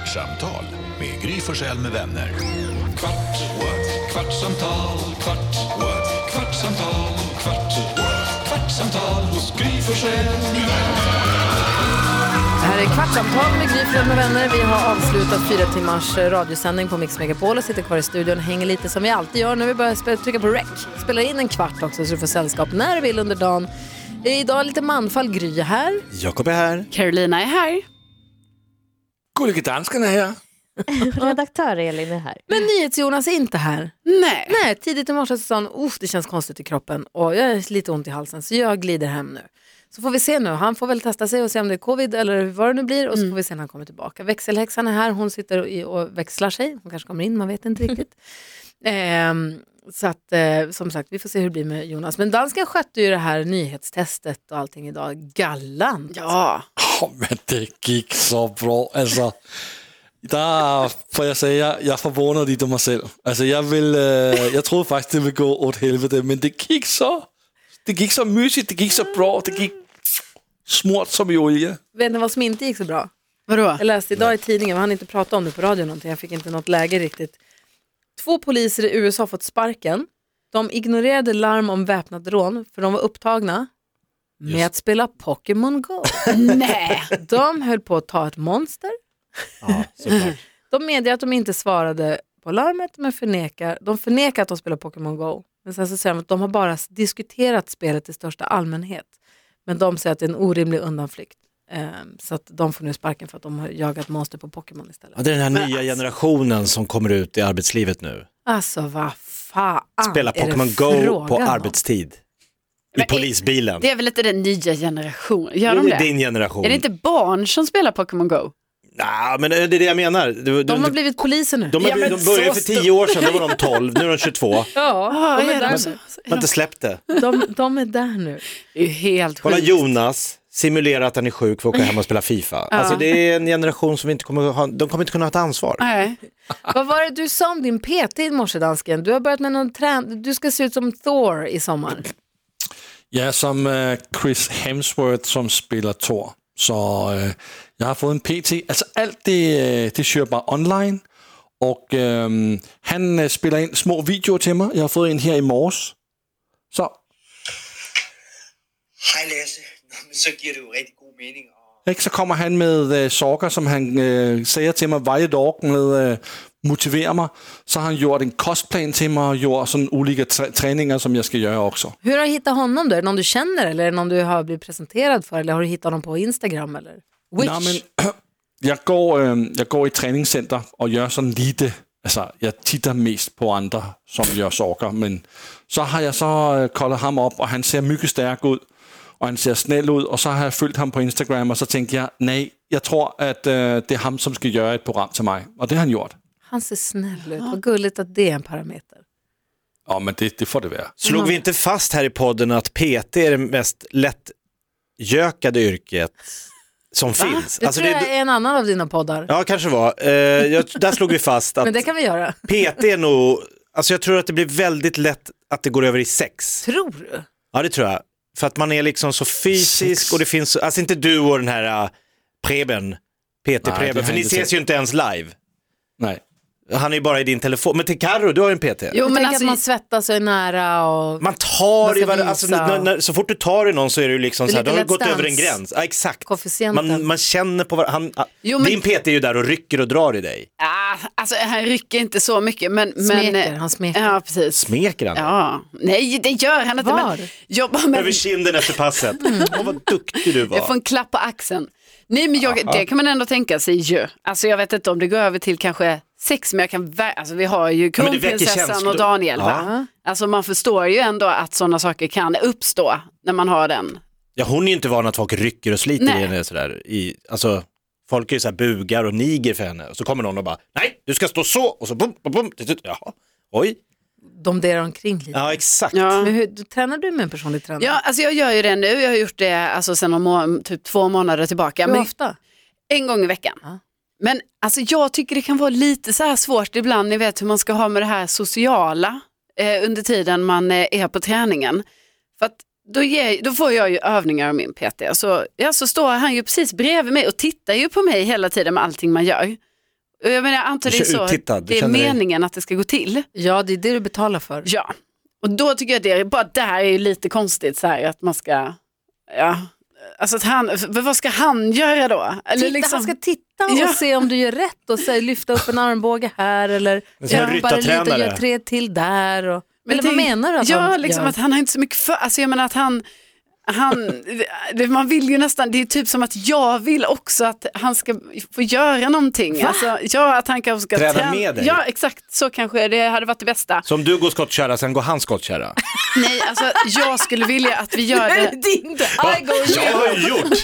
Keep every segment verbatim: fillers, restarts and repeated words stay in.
Kvartsamtal med Gry Forssell med vänner. Kvart, what? Kvartsamtal, kvart, what? Kvartsamtal, kvart, what? Kvartsamtal hos Gry Forssell med vänner. Det här är Kvartsamtal med Gry Forssell med vänner. Vi har avslutat fyra timmars radiosändning på Mix Megapol och sitter kvar i studion, hänger lite som vi alltid gör. Nu vi börjar spela, trycka på rec. Spelar in en kvart också så du får sällskap när du vill under dagen. Idag lite manfall. Gry här. Jakob är här. Carolina är här. Gullige dansken är här. Redaktör Elin är här. Men NyhetsJonas är inte här. Nej. Nej, tidigt i morse så sa han, oh, det känns konstigt i kroppen och jag är lite ont i halsen så jag glider hem nu. Så får vi se nu, han får väl testa sig och se om det är covid eller vad det nu blir och så får vi se när han kommer tillbaka. Växelhäxan är här, hon sitter och växlar sig. Hon kanske kommer in, man vet inte riktigt. ehm, så att, eh, som sagt, vi får se hur det blir med Jonas. Men dansken skötte ju det här nyhetstestet och allting idag galant. Ja. Oh, men det gick så bra. Alltså, där får jag säga, jag förvånar lite mig själv. Alltså, jag, vill, eh, jag trodde faktiskt det ville gå åt helvete, men det gick så. Det gick så mysigt, det gick så bra, det gick smort som i olja. Vet ni vad som inte gick så bra? Vadå? Jag läste idag i tidningen, men han inte prata om det på radio någonting. Jag fick inte något läge riktigt. Två poliser i U S A har fått sparken. De ignorerade larm om väpnat rån för de var upptagna med Just. att spela Pokémon Go. Nej. De höll på att ta ett monster. Ja, såklart. De medger att de inte svarade på larmet men förnekar, de förnekar att de spelar Pokémon Go. Men sen så säger de att de har bara diskuterat spelet i största allmänhet. Men de säger att det är en orimlig undanflykt. Um, så att de får nu sparken för att de har jagat monster på Pokémon istället. Ja, det är den här nya generationen som kommer ut i arbetslivet nu. Alltså vad fan Spela Pokémon Go på arbetstid. I Men polisbilen. Det är väl inte den nya generationen? Gör det de är det? din generation. Är det inte barn som spelar Pokémon Go? Nej, men det är det jag menar. Du, De du, har blivit poliser nu. de, har Ja, blivit, men de började så för tio år sedan, då var de tolv, nu är de tjugotvå. Ja, de är, där är nu. Man har inte släppt det. De, de är där nu. Det är ju helt Kolla sjukt. Jonas, simulera att han är sjuk för att åka hem och spela FIFA. Alltså det är en generation som vi inte kommer ha, de kommer inte kunna ha ett ansvar. Nej. Vad var det du sa om din P T i morse, dansken? Du har börjat med någon trän... Du ska se ut som Thor i sommar. Ja, som uh, Chris Hemsworth som spelar Thor. Så uh, jag har fått en P T. Alltså allt det, det kör bara online. Och um, han uh, spelar in små videor till mig. Jag har fått en här i morse. Så. Hej Lasse, så giver det jo rigtig god mening. Ikke, så kommer han med øh, saker, som han øh, säger till mig varje dag med øh, motiverar mig. Så har han gjort en kostplan till mig och gjort sådan olika tra- träningar som jag ska göra också. Hur har du hittat honom då? Är det någon du känner eller är det någon du har blivit presenterad för? Eller har du hittat honom på Instagram eller? Which? Nej, men, jag, går, øh, jag går i träningscenter och gör sådan lite, alltså jag tittar mest på andra som gör saker. Men så har jag så øh, kollat ham upp och han ser mycket stark ut. Och han ser snäll ut och så har jag följt ham på Instagram och så tänker jag, nej, jag tror att äh, det är han som ska göra ett program till mig. Och det har han gjort. Han ser snäll ut. Vad gulligt att det är en parameter. Ja, men det, det får det vara. Slog vi inte fast här i podden att P T är det mest lättjökade yrket som finns? Det Alltså tror det, jag är en annan av dina poddar. ja, kanske var. Eh, jag, där slog vi fast att Men det kan vi göra. P T är nog, alltså jag tror att det blir väldigt lätt att det går över i sex. Tror du? Ja, det tror jag. För att man är liksom så fysisk Sex. och det finns, alltså inte du och den här uh, Preben, P Nej, det T-Preben, har för jag ni inte ses sett. ju inte ens live. Nej. Han är ju bara i din telefon. Men till Karo, du har ju en P T. Jo, Men men tänk alltså, att man svettas och är nära och... Man tar Man i ska varandra, alltså, visa. när, när, så fort du tar i någon så är det ju liksom Det är så här, lite då har du gått Let's över en Dance. gräns. Ja, exakt. Koefficienten. Man, man känner på varandra. Han, Jo, men- Din P T är ju där och rycker och drar i dig. ah, alltså han rycker inte så mycket. Men, Smeker, men, han smeker. Ja, precis. Smeker han? Ja, nej det gör han inte. Var? Men jobbar med... Över kinden efter passet. Åh, vad duktig du var. Jag får en klapp på axeln. Nej, men jag, det kan man ändå tänka sig ju. Alltså jag vet inte om det går över till kanske sex, men jag kan, vä- alltså vi har ju men det väcker kronprinsessan känslor. och Daniel, va? Ja. Alltså man förstår ju ändå att sådana saker kan uppstå när man har den. Ja, hon är ju inte van att folk rycker och sliter Nej. i henne sådär. I, alltså, folk är ju så här bugar och niger för henne. Och så kommer någon och bara, nej, du ska stå så. Och så bum, bum, bum. Jaha, oj. De delar omkring lite. Ja, exakt. Ja. Men hur, du, tränar du med en personlig tränare? Ja, alltså jag gör ju det nu. Jag har gjort det alltså sedan om må- typ två månader tillbaka. Hur Men ofta? en gång i veckan. Ja. Men alltså jag tycker det kan vara lite så här svårt ibland. Ni vet hur man ska ha med det här sociala eh, under tiden man eh, är på träningen. För att då, ger, då får jag ju övningar av min P T. Så, ja, så står han ju precis bredvid mig och tittar ju på mig hela tiden med allting man gör. Jag menar, jag antar det är så. Uttittad, Det är meningen dig. Att det ska gå till. Ja, det är det du betalar för. Ja, och då tycker jag det är bara där är lite konstigt så här att man ska, ja, alltså att han, vad ska han göra då? Eller titta, liksom, han ska titta och ja. se om du gör rätt och säga, lyfta upp en armbåge här eller bara lite och gör tre till där. Och, eller vad menar du att ja, han liksom gör? att han har inte så mycket för, alltså jag menar att han Han, man vill ju nästan, det är typ som att jag vill också att han ska få göra någonting. Alltså, ja, att han kanske ska träna träna med dig. Ja, exakt, så kanske det hade varit det bästa. Så om du går skottkärra, sen går han skottkärra? Nej, alltså jag skulle vilja att vi gör det. Din, I go jag har ju gjort.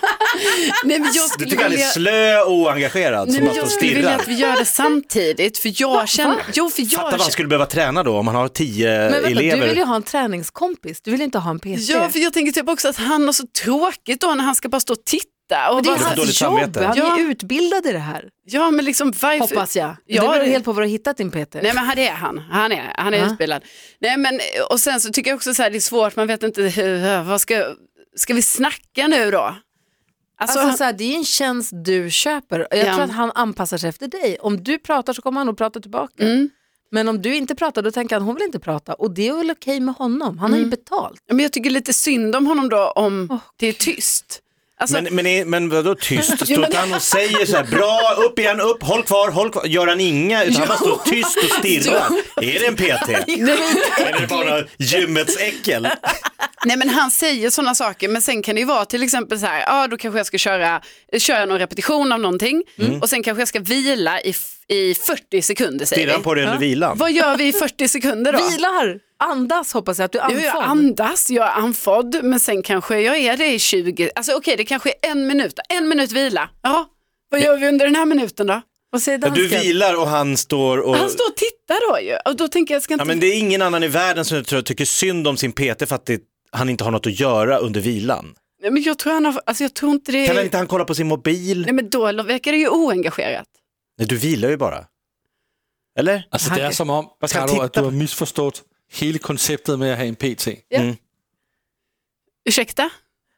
Nej, men jag Du skulle tycker han är vilja... slö och oengagerad Nej, som men bara står jag och skulle vilja stirrar. att vi gör det samtidigt, för jag känner... Jo, för jag Fatta vad han känner... skulle behöva träna då om han har tio Men vänta, elever. du vill ju ha en träningskompis, du vill inte ha en P T. Ja, för jag tänker typ också att han har så tråkigt då när han ska bara stå och titta. Och Men det är bara... hans dåligt jobb, samvete. han Ja. är ju utbildad i det här. Ja, men liksom varför... Hoppas jag. Ja, det beror det- helt på vad du har hittat din P T. Nej, men han är han. Han är, han är Ja. utbildad. Nej, men och sen så tycker jag också så här, det är svårt, man vet inte hur, vad ska, ska vi snacka nu då? Alltså, Alltså, så här, det är ju en tjänst du köper. Jag Ja. tror att han anpassar sig efter dig. Om du pratar så kommer han nog prata tillbaka. Mm. Men om du inte pratar då tänker han hon vill inte prata. Och det är väl okej med honom. Han Mm. har ju betalt. men jag tycker lite synd om honom då om Åh, det är tyst. Alltså, Men, men, är- men vadå tyst? Ja, Står men- inte han och säger så här, bra, upp igen, upp, håll kvar, håll kvar. Gör han inga, utan han bara står tyst och stirrar. Är det en P T? Eller är det bara gymmets äckel? nej, men han säger sådana saker, men sen kan det ju vara till exempel så här, ja då kanske jag ska köra, köra någon repetition av någonting och sen kanske jag ska vila i, f- i fyrtio sekunder säger Stirrar han vi. på dig under vilan? Vad gör vi i fyrtio sekunder då? Vilar, andas hoppas jag att du är Jo, jag andfådd. andas, jag är andfådd, men sen kanske jag är det i tjugo, alltså okej det kanske är en minut, en minut vila. Ja, vad gör vi under den här minuten då? Vad säger Ja, du dansken? vilar och han står och... Han står och tittar då ju, och då tänker jag, ska inte... Ja, men det är ingen annan i världen som jag tror tycker synd om sin P T för att det, han inte har något att göra under vilan. Nej, men jag tror han har, alltså jag tror inte det... Kan han inte han kolla på sin mobil? Nej, men då verkar det ju oengagerat. Nej, du vilar ju bara. Eller? Altså, det er som om, Hvad skal han Karo, at titte du har misforstået hele konceptet med at have en P T. Ja. Mm. Ursäkta?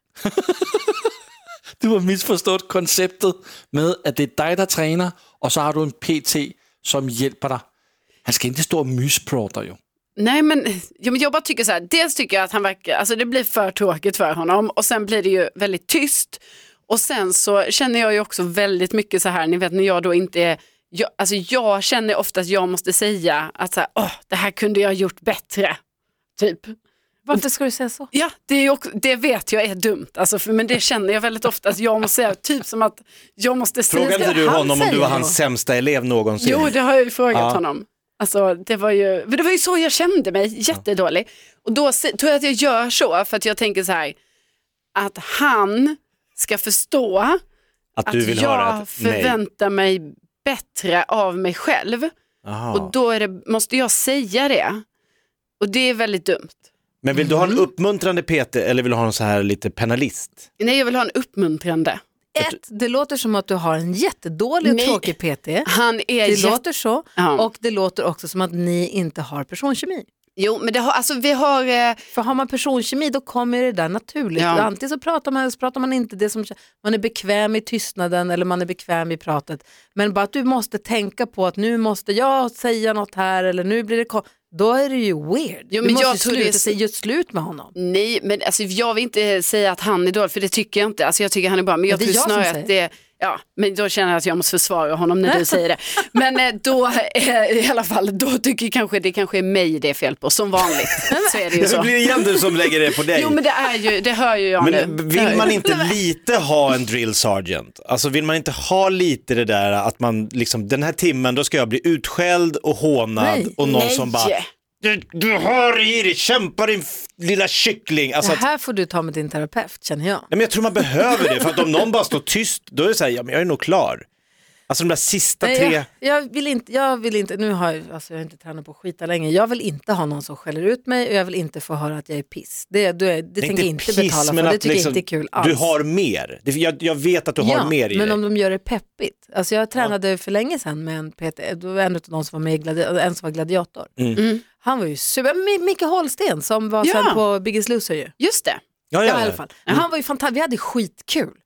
Du har misforstået konceptet med, at det er dig, der træner, og så har du en P T, som hjælper dig. Han skal ikke stå og mysprater jo. Nej, men, ja, men jag bara tycker så här, dels tycker jag att han verkar, alltså det blir för tråkigt för honom och sen blir det ju väldigt tyst och sen så känner jag ju också väldigt mycket så här, ni vet när jag då inte är, jag, alltså jag känner ofta att jag måste säga att så här, åh, det här kunde jag ha gjort bättre, typ. Varför ska du säga så? Ja, det, är ju också, det vet jag är dumt, alltså, för, men det känner jag väldigt ofta att jag måste säga, typ som att jag måste säga. Frågade inte du han honom om du var säga hans då? sämsta elev någonsin? Jo, det har jag ju frågat Ja. honom. Alltså, det var ju, men det var ju så jag kände mig, jättedålig. Och då se- tror jag att jag gör så, för att jag tänker så här, att han ska förstå att du att vill höra jag ett nej. förväntar mig bättre av mig själv. Aha. Och då är det, måste jag säga det. Och det är väldigt dumt. Men vill du ha en uppmuntrande P T eller vill du ha en så här lite penalist? Nej, jag vill ha en uppmuntrande. Ett, det låter som att du har en jättedålig och Nej. tråkig P T. Han är Det jätte... låter så. Ja. Och det låter också som att ni inte har personkemi. Jo, men det har, alltså vi har... Eh... För har man personkemi då kommer det där naturligt. Ja. Antingen så pratar man eller så pratar man inte. Det som, man är bekväm i tystnaden eller man är bekväm i pratet. Men bara att du måste tänka på att nu måste jag säga något här eller nu blir det... Ko- då är det ju weird. Jo, du men måste jag ju tror det sluta är- säga just slut med honom. Nej, men alltså, jag vill inte säga att han är dålig, för det tycker jag inte. Alltså, jag tycker han är bra, men jag det är tror jag som snarare säger. att det ja, men då känner jag att jag måste försvara honom när du säger det. Men eh, då, eh, i alla fall, då tycker jag kanske det kanske är mig det är fel på, som vanligt. Så är det ju Det så. blir igen du som lägger det på dig. Jo, men det är ju, det hör ju jag nu. Men vill man inte lite ha en drill sergeant? Alltså vill man inte ha lite det där att man liksom, den här timmen då ska jag bli utskälld och hånad Nej. och någon Nej. som bara du, du har i dig, kämpa din f- lilla kyckling. Alltså Det att, här får du ta med din terapeut känner jag. nej, men jag tror man behöver det för att om någon bara står tyst då är det så här, ja men jag är nog klar. Alltså de där sista Nej, tre. jag, jag vill inte, jag vill inte, nu har jag, alltså jag har inte tränat på skita länge. Jag vill inte ha någon som skäller ut mig och jag vill inte få höra att jag är piss. Det, det, det, det tänker jag inte betala för, men det att tycker liksom, jag inte är kul alls. du har mer. Det, jag, jag vet att du har ja, mer i men dig. om de gör det peppigt. Alltså jag tränade för länge sedan med en P T, då var en av de som var med i gladi- en som var gladiator. Mm. Han var ju super, Mi- Micke Holsten som var Ja. sen på Biggest Loser ju. Just det. Ja, Ja, ja, i alla ja. fall. Han var ju fantastisk, vi hade skitkul.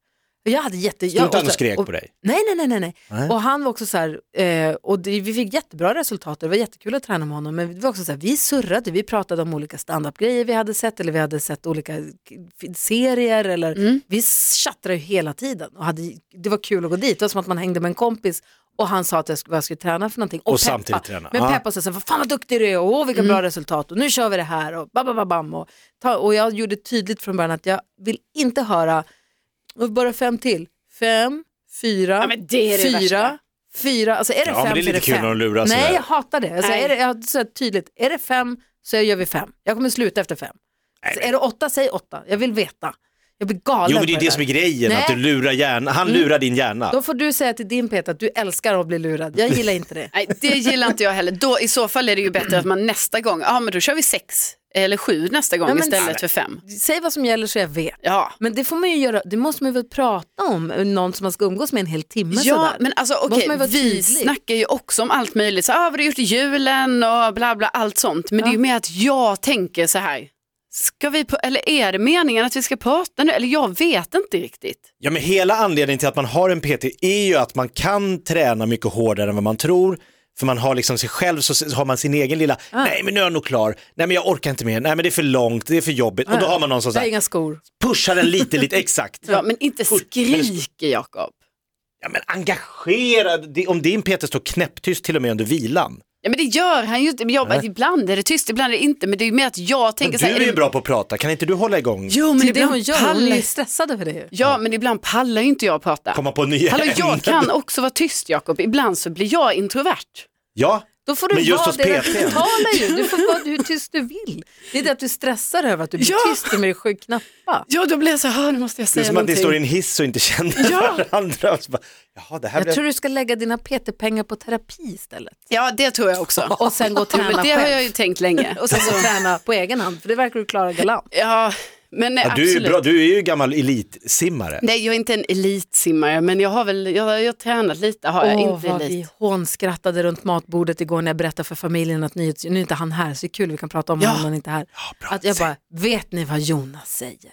Jag hade jätte... Stod inte han och så- skrek och- på dig? Nej, nej, nej, nej, nej. Nej. Och han var också så här, eh, och det, vi fick jättebra resultat. Det var jättekul att träna med honom. Men det var också så här, vi surrade, vi pratade om olika stand-up-grejer vi hade sett. Eller vi hade sett olika k- serier. Eller, Mm. Vi chattrade ju hela tiden. Och hade, det var kul att gå dit. Det var som att man hängde med en kompis. Och han sa att jag skulle, vad jag skulle träna för någonting. Och, Och peppa. samtidigt träna. Men Ja. peppa och så, vad fan vad duktig du är. Och åh, vilka bra resultat. Och nu kör vi det här. Och, babababam, och, ta, och jag gjorde tydligt från början att jag vill inte höra, och bara fem till. Fem, fyra, Ja, men det är det fyra, värsta. fyra. Alltså är det Ja, fem men det är så lite kul fem. när de lurar sådär. Nej, jag hatar det. Alltså, Nej. är det jag, så här, tydligt. Är det fem så gör vi fem. Jag kommer sluta efter fem. Så är det åtta, säg åtta. Jag vill veta. Jag blir galen. Jo, men det är på det där. som är grejen, Nej. att du lurar hjärnan. Han Mm. lurar din hjärna. Då får du säga till din Peter att du älskar att bli lurad. Jag gillar inte det. Nej, det gillar inte jag heller. Då, I så fall är det ju bättre att man nästa gång, ja men då kör vi sex eller sju nästa gång Ja, men- istället för fem. Säg vad som gäller så jag vet. Ja. Men det får man ju göra, det måste man ju väl prata om, någon som man ska umgås med en hel timme Ja, sådär. men alltså Måste okej, man ju vara vi tydlig. snackar ju också om allt möjligt. Så, ah, vad har du gjort i julen och bla bla, allt sånt. Men det är ju mer att jag tänker så här, ska vi på, eller är det meningen att vi ska prata nu? Eller jag vet inte riktigt. Ja, men hela anledningen till att man har en P T är ju att man kan träna mycket hårdare än vad man tror. För man har liksom sig själv, så har man sin egen lilla, Ah. nej men nu är jag nog klar, nej men jag orkar inte mer, nej men det är för långt, det är för jobbigt. Och då har man någon som Jag har säger, inga skor. pushar den lite, lite, exakt. Ja, men inte Fort. skriker Jakob. Ja, men engagerad, Det- om din P T står knäpptyst till och med under vilan. Ja, men det gör han ju inte. Men jag, ibland är det tyst, ibland är det inte. Men det är ju mer att jag Men tänker du så här. är ju det- bra på att prata, kan inte du hålla igång? Jo, men Det är det hon ibland gör, hon pallar är stressad över det ju. Ja, men ibland pallar ju inte jag att prata. Komma på nya Hallå, jag ämnen. kan också vara tyst, Jakob. Ibland så blir jag introvert. Ja, Då får du men just vara hos det, P du T. talar ju, du får vara hur tyst du vill. Det är det att du stressar över att du blir Ja. tyst med sju knappar. Ja, då blir jag så här, nu måste jag Det är säga som att ni någonting. står i en hiss och inte känner Ja. varandra. Och så bara, Jaha, det här Jag blev... tror du ska lägga dina P T-pengar på terapi istället. Ja, det tror jag också. Och sen gå och Ja, träna men det har själv. jag ju tänkt länge. Och sen gå och träna på egen hand, för det verkar du klara galant. Ja, men Ja, du, är ju absolut. bra, du är ju gammal elitsimmare. Nej, jag är inte en elitsimmare, men jag har väl, jag, jag har tränat lite, har jag Åh, inte vad elit. vi hånskrattade runt matbordet igår när jag berättade för familjen att nyhets... nu är inte han här, så det är kul, vi kan prata om Ja. honom när han inte är här. bra. Att jag bara, vet ni vad Jonas säger?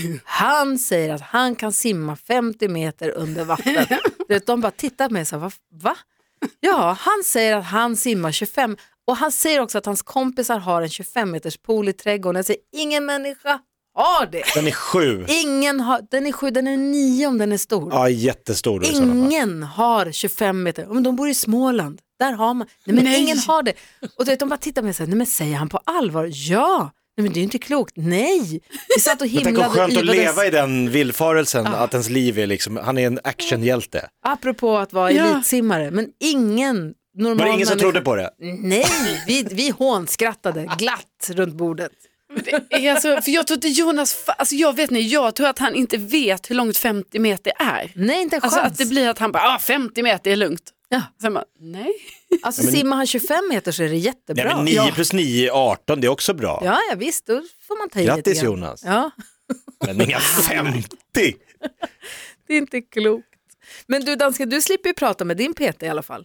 Han säger att han kan simma femtio meter under vatten. Du vet, de bara tittar på mig och så, va? va? Ja, han säger att han simmar tjugofem, och han säger också att hans kompisar har en tjugofem meters pool i trädgården. Jag säger, ingen människa har det. Den är sju. Ingen har, den är sju, den är nio om den är stor. Ja, jättestor då i sådana fall. Ingen har tjugofem meter. Men de bor i Småland. Där har man. Nej, men Nej. ingen har det. Och du vet, de bara tittar på mig och säger, nej men säger han på allvar? Ja. Nej men det är ju inte klokt. Nej. Vi satt och Men tänk himlade vad skönt att yvades. leva i den villfarelsen, att ens liv är liksom, han är en actionhjälte. Apropå att vara Ja. elitsimmare. Men ingen normal Var det ingen som människa- trodde på det? Nej, vi, vi hånskrattade glatt runt bordet. Det är alltså, för jag tror inte Jonas, fa- alltså jag vet inte, jag tror att han inte vet hur långt femtio meter är. Nej, inte en chans. Alltså att det blir att han bara, ah, femtio meter är lugnt. Ja. Sen bara, nej. Alltså simmar han tjugofem meter så är det jättebra. Nej, men nio ja. plus nio är arton, det är också bra. Ja, ja, visst, då får man ta i lite Grattis grann. Jonas. Ja. Men inga femtio. Det är inte klokt. Men du Danska, du slipper ju prata med din P T i alla fall.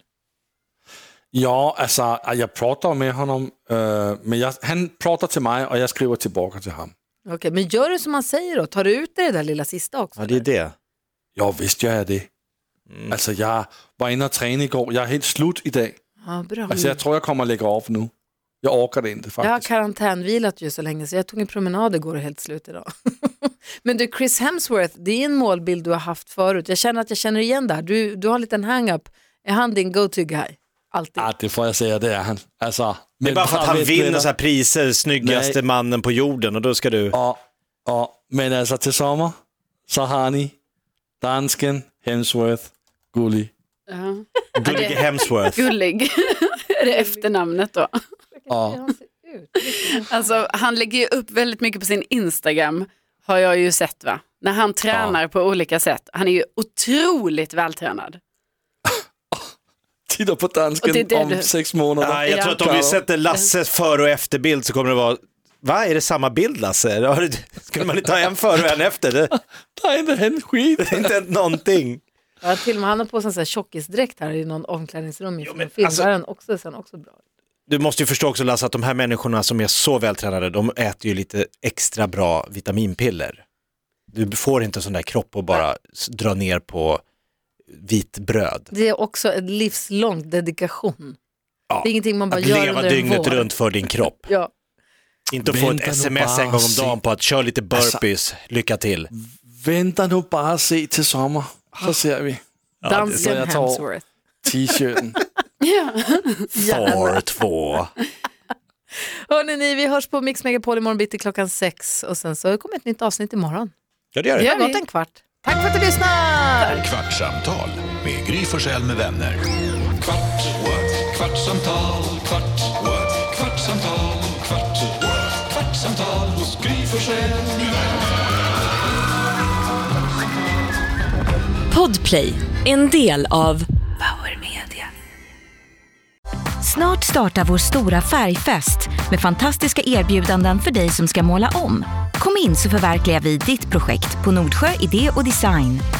Ja, alltså jag pratar med honom, øh, men jag, han pratar till mig och jag skriver tillbaka till honom. Okej, men gör du som man säger då? Tar du ut det där lilla sista också? Ja, det är det. Ja, visst gör jag det. Alltså jag var inne och tränade igår, jag är helt slut idag. Ja, bra. Alltså jag tror jag kommer att lägga av nu. Jag orkar det inte Jag har faktiskt. karantänvilat ju så länge så jag tog en promenad igår och helt slut idag. Men du, Chris Hemsworth, det är en målbild du har haft förut. Jag känner att jag känner igen det här. Du, du har en liten hang-up. Är han din go-to guy? Alltid. Ja, det får jag säga, det är han. Alltså, Det är bara för att han vinner så här priser, snyggaste Nej. mannen på jorden, och då ska du... Och, och, men alltså till sommar så har ni dansken Hemsworth Gulli. Ja. Gullige Hemsworth. Gullig. Är det efternamnet då? Och, Han ser ut. Alltså han lägger ju upp väldigt mycket på sin Instagram, har jag ju sett va? När han tränar på olika sätt. Han är ju otroligt vältränad. titta på Och dansken det är det om du- sex månader. Ja, jag tror att om vi sätter Lasses före och efterbild så kommer det vara, va, är det samma bild Lasse? Ja, det- Skulle man inte ha en före och en efter? Det Det har inte hänt skit. är inte hänt någonting. Ja, till och med han har på sig en sån här tjockisdräkt här i någon omklädningsrum. Jo, men film. alltså- Där är han också, sen också bra. Du måste ju förstå också Lasse att de här människorna som är så vältränade, de äter ju lite extra bra vitaminpiller. Du får inte sån där kropp och bara dra ner på vit bröd. Det är också en livslång dedikation. Ja. Det är ingenting man bara att gör leva under dygnet en vår. runt för din kropp. Ja. Inte att få ett sms en gång om dagen på att köra lite burpees. Lycka till. Vänta nu bara se till sommar. Så ser vi. Dansken jag tar Hemsworth. T-shirten. Thor två. Hörrni, ni, vi hörs på Mix Megapol imorgon bitti klockan sex. Och sen så kommer ett nytt avsnitt imorgon. Ja, det gör det. Det har gått en kvart. Tack för att du lyssnar! Kvartsamtal med Gry Forssell med vänner. Kvart, what? Kvartsamtal, kvart, what? Kvartsamtal, kvart, what? Kvartsamtal hos Gry Forssell med vänner. Podplay, en del av Power Media. Snart startar vår stora färgfest med fantastiska erbjudanden för dig som ska måla om. Kom in så förverkligar vi ditt projekt på Nordsjö Idé och Design.